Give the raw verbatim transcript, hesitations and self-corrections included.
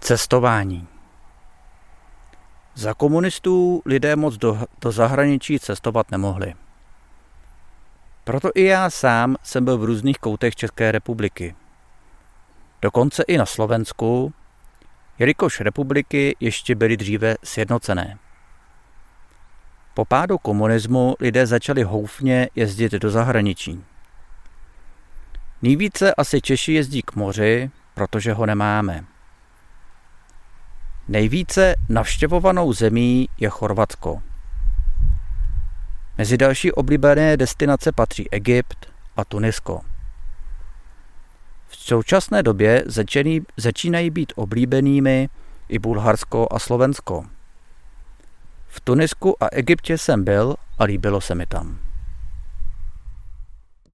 Cestování. Za komunistů lidé moc do, do zahraničí cestovat nemohli. Proto i já sám jsem byl v různých koutech České republiky. Dokonce i na Slovensku, jelikož republiky ještě byly dříve sjednocené. Po pádu komunismu lidé začali houfně jezdit do zahraničí. Nejvíce asi Češi jezdí k moři, protože ho nemáme. Nejvíce navštěvovanou zemí je Chorvatsko. Mezi další oblíbené destinace patří Egypt a Tunisko. V současné době začínají, začínají být oblíbenými i Bulharsko a Slovensko. V Tunisku a Egyptě jsem byl a líbilo se mi tam.